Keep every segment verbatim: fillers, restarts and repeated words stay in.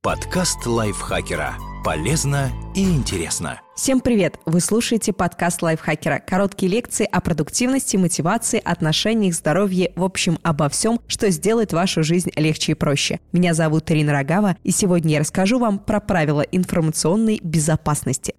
Подкаст лайфхакера. Полезно и интересно. Всем привет! Вы слушаете подкаст лайфхакера. Короткие лекции о продуктивности, мотивации, отношениях, здоровье, в общем, обо всем, что сделает вашу жизнь легче и проще. Меня зовут Ирина Рогава, и сегодня я расскажу вам про правила информационной безопасности.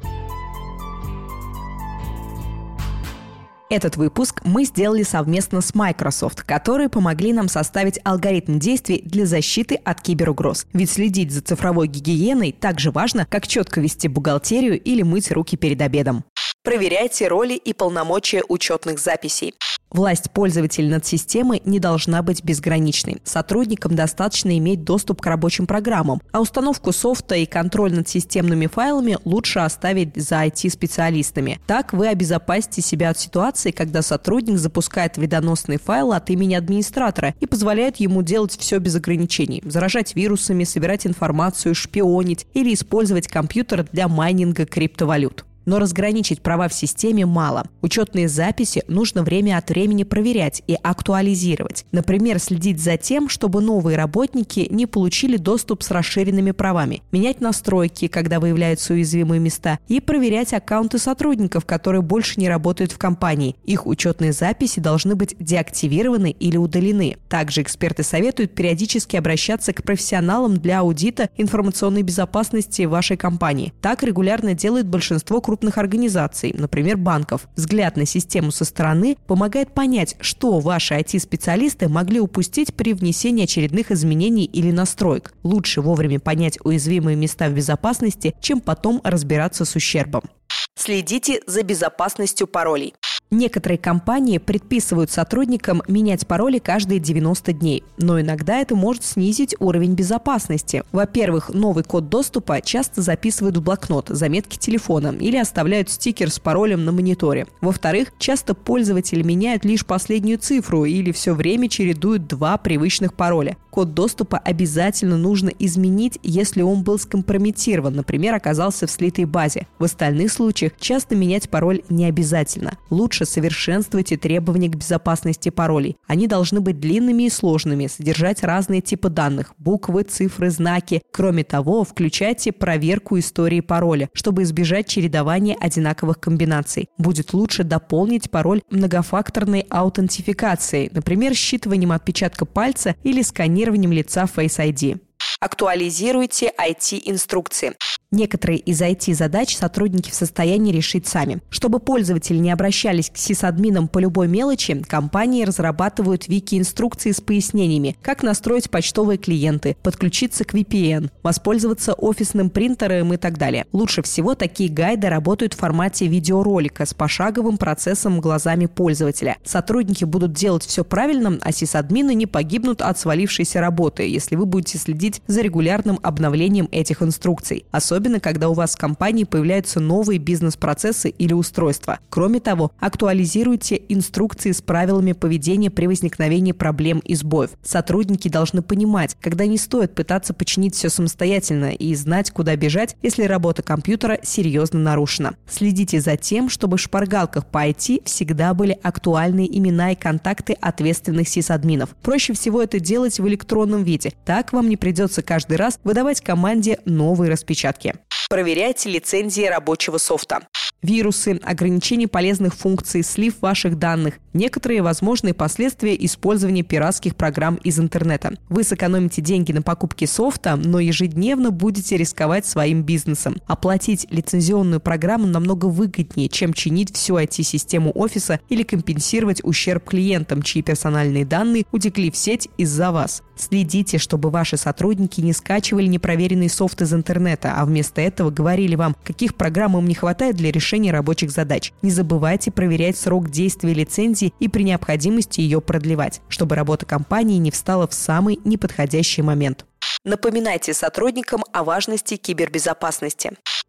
Этот выпуск мы сделали совместно с Microsoft, которые помогли нам составить алгоритм действий для защиты от киберугроз. Ведь следить за цифровой гигиеной так же важно, как четко вести бухгалтерию или мыть руки перед обедом. Проверяйте роли и полномочия учетных записей. Власть пользователя над системой не должна быть безграничной. Сотрудникам достаточно иметь доступ к рабочим программам, а установку софта и контроль над системными файлами лучше оставить за ай ти-специалистами. Так вы обезопасите себя от ситуации, когда сотрудник запускает вредоносный файл от имени администратора и позволяет ему делать все без ограничений, заражать вирусами, собирать информацию, шпионить или использовать компьютер для майнинга криптовалют. Но разграничить права в системе мало. Учетные записи нужно время от времени проверять и актуализировать. Например, следить за тем, чтобы новые работники не получили доступ с расширенными правами, менять настройки, когда выявляются уязвимые места, и проверять аккаунты сотрудников, которые больше не работают в компании. Их учетные записи должны быть деактивированы или удалены. Также эксперты советуют периодически обращаться к профессионалам для аудита информационной безопасности вашей компании. Так регулярно делает большинство крупных крупных организаций, например, банков. Взгляд на систему со стороны помогает понять, что ваши ай ти-специалисты могли упустить при внесении очередных изменений или настроек. Лучше вовремя понять уязвимые места в безопасности, чем потом разбираться с ущербом. Следите за безопасностью паролей. Некоторые компании предписывают сотрудникам менять пароли каждые девяносто дней, но иногда это может снизить уровень безопасности. Во-первых, новый код доступа часто записывают в блокнот, заметки телефона или оставляют стикер с паролем на мониторе. Во-вторых, часто пользователи меняют лишь последнюю цифру или все время чередуют два привычных пароля. Код доступа обязательно нужно изменить, если он был скомпрометирован, например, оказался в слитой базе. В остальных случаях часто менять пароль не обязательно. Лучше совершенствуйте требования к безопасности паролей. Они должны быть длинными и сложными, содержать разные типы данных – буквы, цифры, знаки. Кроме того, включайте проверку истории пароля, чтобы избежать чередования одинаковых комбинаций. Будет лучше дополнить пароль многофакторной аутентификацией, например, считыванием отпечатка пальца или сканированием лица Face ай ди. Актуализируйте ай ти-инструкции. Некоторые из ай ти-задач сотрудники в состоянии решить сами. Чтобы пользователи не обращались к сисадминам по любой мелочи, компании разрабатывают вики-инструкции с пояснениями, как настроить почтовые клиенты, подключиться к ви пи эн, воспользоваться офисным принтером и так далее. Лучше всего такие гайды работают в формате видеоролика с пошаговым процессом глазами пользователя. Сотрудники будут делать все правильно, а сисадмины не погибнут от свалившейся работы, если вы будете следить за регулярным обновлением этих инструкций. Особенно Особенно, когда у вас в компании появляются новые бизнес-процессы или устройства. Кроме того, актуализируйте инструкции с правилами поведения при возникновении проблем и сбоев. Сотрудники должны понимать, когда не стоит пытаться починить все самостоятельно и знать, куда бежать, если работа компьютера серьезно нарушена. Следите за тем, чтобы в шпаргалках по ай ти всегда были актуальные имена и контакты ответственных сисадминов. Проще всего это делать в электронном виде. Так вам не придется каждый раз выдавать команде новые распечатки. Проверяйте лицензии рабочего софта. Вирусы, ограничение полезных функций, слив ваших данных, некоторые возможные последствия использования пиратских программ из интернета. Вы сэкономите деньги на покупке софта, но ежедневно будете рисковать своим бизнесом. Оплатить лицензионную программу намного выгоднее, чем чинить всю ай ти-систему офиса или компенсировать ущерб клиентам, чьи персональные данные утекли в сеть из-за вас. Следите, чтобы ваши сотрудники не скачивали непроверенный софт из интернета, а вместо этого говорили вам, каких программ им не хватает для решения рабочих задач. Не забывайте проверять срок действия лицензии и при необходимости ее продлевать, чтобы работа компании не встала в самый неподходящий момент. Напоминайте сотрудникам о важности кибербезопасности.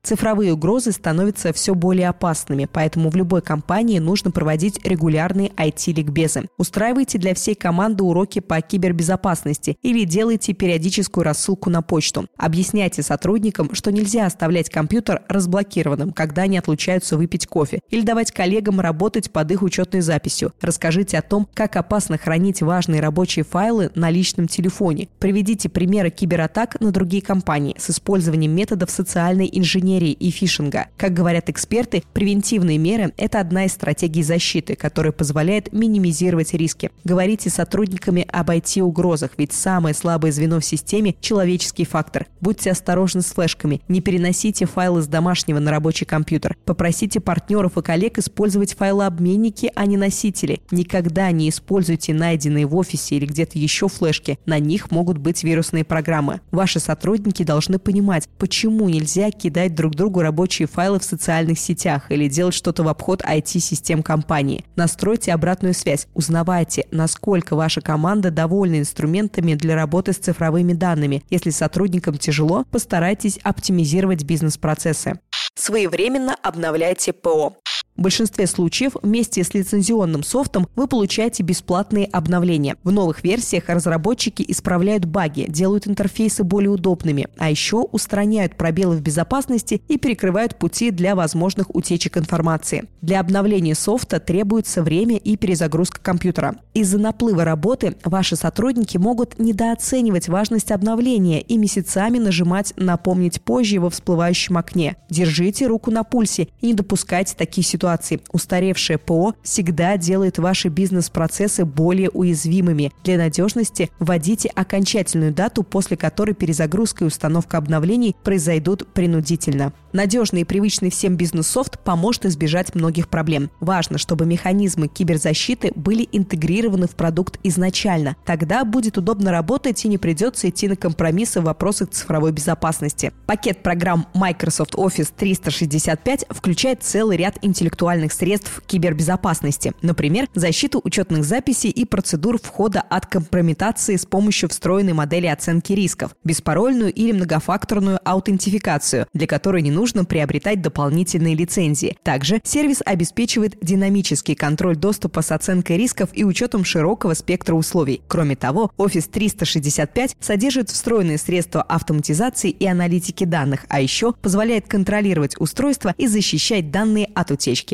Цифровые угрозы становятся все более опасными, поэтому в любой компании нужно проводить регулярные ай ти-ликбезы. Устраивайте для всей команды уроки по кибербезопасности или делайте периодическую рассылку на почту. Объясняйте сотрудникам, что нельзя оставлять компьютер разблокированным, когда они отлучаются выпить кофе, или давать коллегам работать под их учетной записью. Расскажите о том, как опасно хранить важные рабочие файлы на личном телефоне. Приведите примеры кибератак на другие компании с использованием методов социальной инженерии и фишинга. Как говорят эксперты, превентивные меры – это одна из стратегий защиты, которая позволяет минимизировать риски. Говорите с сотрудниками об ай ти-угрозах, ведь самое слабое звено в системе – человеческий фактор. Будьте осторожны с флешками, не переносите файлы с домашнего на рабочий компьютер. Попросите партнеров и коллег использовать файлообменники, а не носители. Никогда не используйте найденные в офисе или где-то еще флешки. На них могут быть вирусные программы. Ваши сотрудники должны понимать, почему нельзя кидать друг другу рабочие файлы в социальных сетях или делать что-то в обход ай ти-систем компании. Настройте обратную связь. Узнавайте, насколько ваша команда довольна инструментами для работы с цифровыми данными. Если сотрудникам тяжело, постарайтесь оптимизировать бизнес-процессы. Своевременно обновляйте ПО. В большинстве случаев вместе с лицензионным софтом вы получаете бесплатные обновления. В новых версиях разработчики исправляют баги, делают интерфейсы более удобными, а еще устраняют пробелы в безопасности и перекрывают пути для возможных утечек информации. Для обновления софта требуется время и перезагрузка компьютера. Из-за наплыва работы ваши сотрудники могут недооценивать важность обновления и месяцами нажимать «Напомнить позже» во всплывающем окне. Держите руку на пульсе и не допускайте таких ситуаций. Устаревшее ПО всегда делает ваши бизнес-процессы более уязвимыми. Для надежности вводите окончательную дату, после которой перезагрузка и установка обновлений произойдут принудительно. Надежный и привычный всем бизнес-софт поможет избежать многих проблем. Важно, чтобы механизмы киберзащиты были интегрированы в продукт изначально. Тогда будет удобно работать и не придется идти на компромиссы в вопросах цифровой безопасности. Пакет программ Microsoft Office триста шестьдесят пять включает целый ряд интеллектуальных средств кибербезопасности. Например, защиту учетных записей и процедур входа от компрометации с помощью встроенной модели оценки рисков, беспарольную или многофакторную аутентификацию, для которой не нужно приобретать дополнительные лицензии. Также сервис обеспечивает динамический контроль доступа с оценкой рисков и учетом широкого спектра условий. Кроме того, Office триста шестьдесят пять содержит встроенные средства автоматизации и аналитики данных, а еще позволяет контролировать устройство и защищать данные от утечки.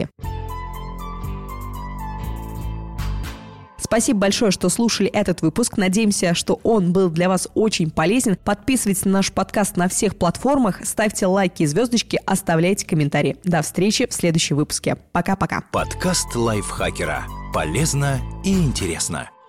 Спасибо большое, что слушали этот выпуск. Надеемся, что он был для вас очень полезен. Подписывайтесь на наш подкаст на всех платформах, ставьте лайки и звездочки, оставляйте комментарии. До встречи в следующем выпуске. Пока-пока. Подкаст лайфхакера. Полезно и интересно.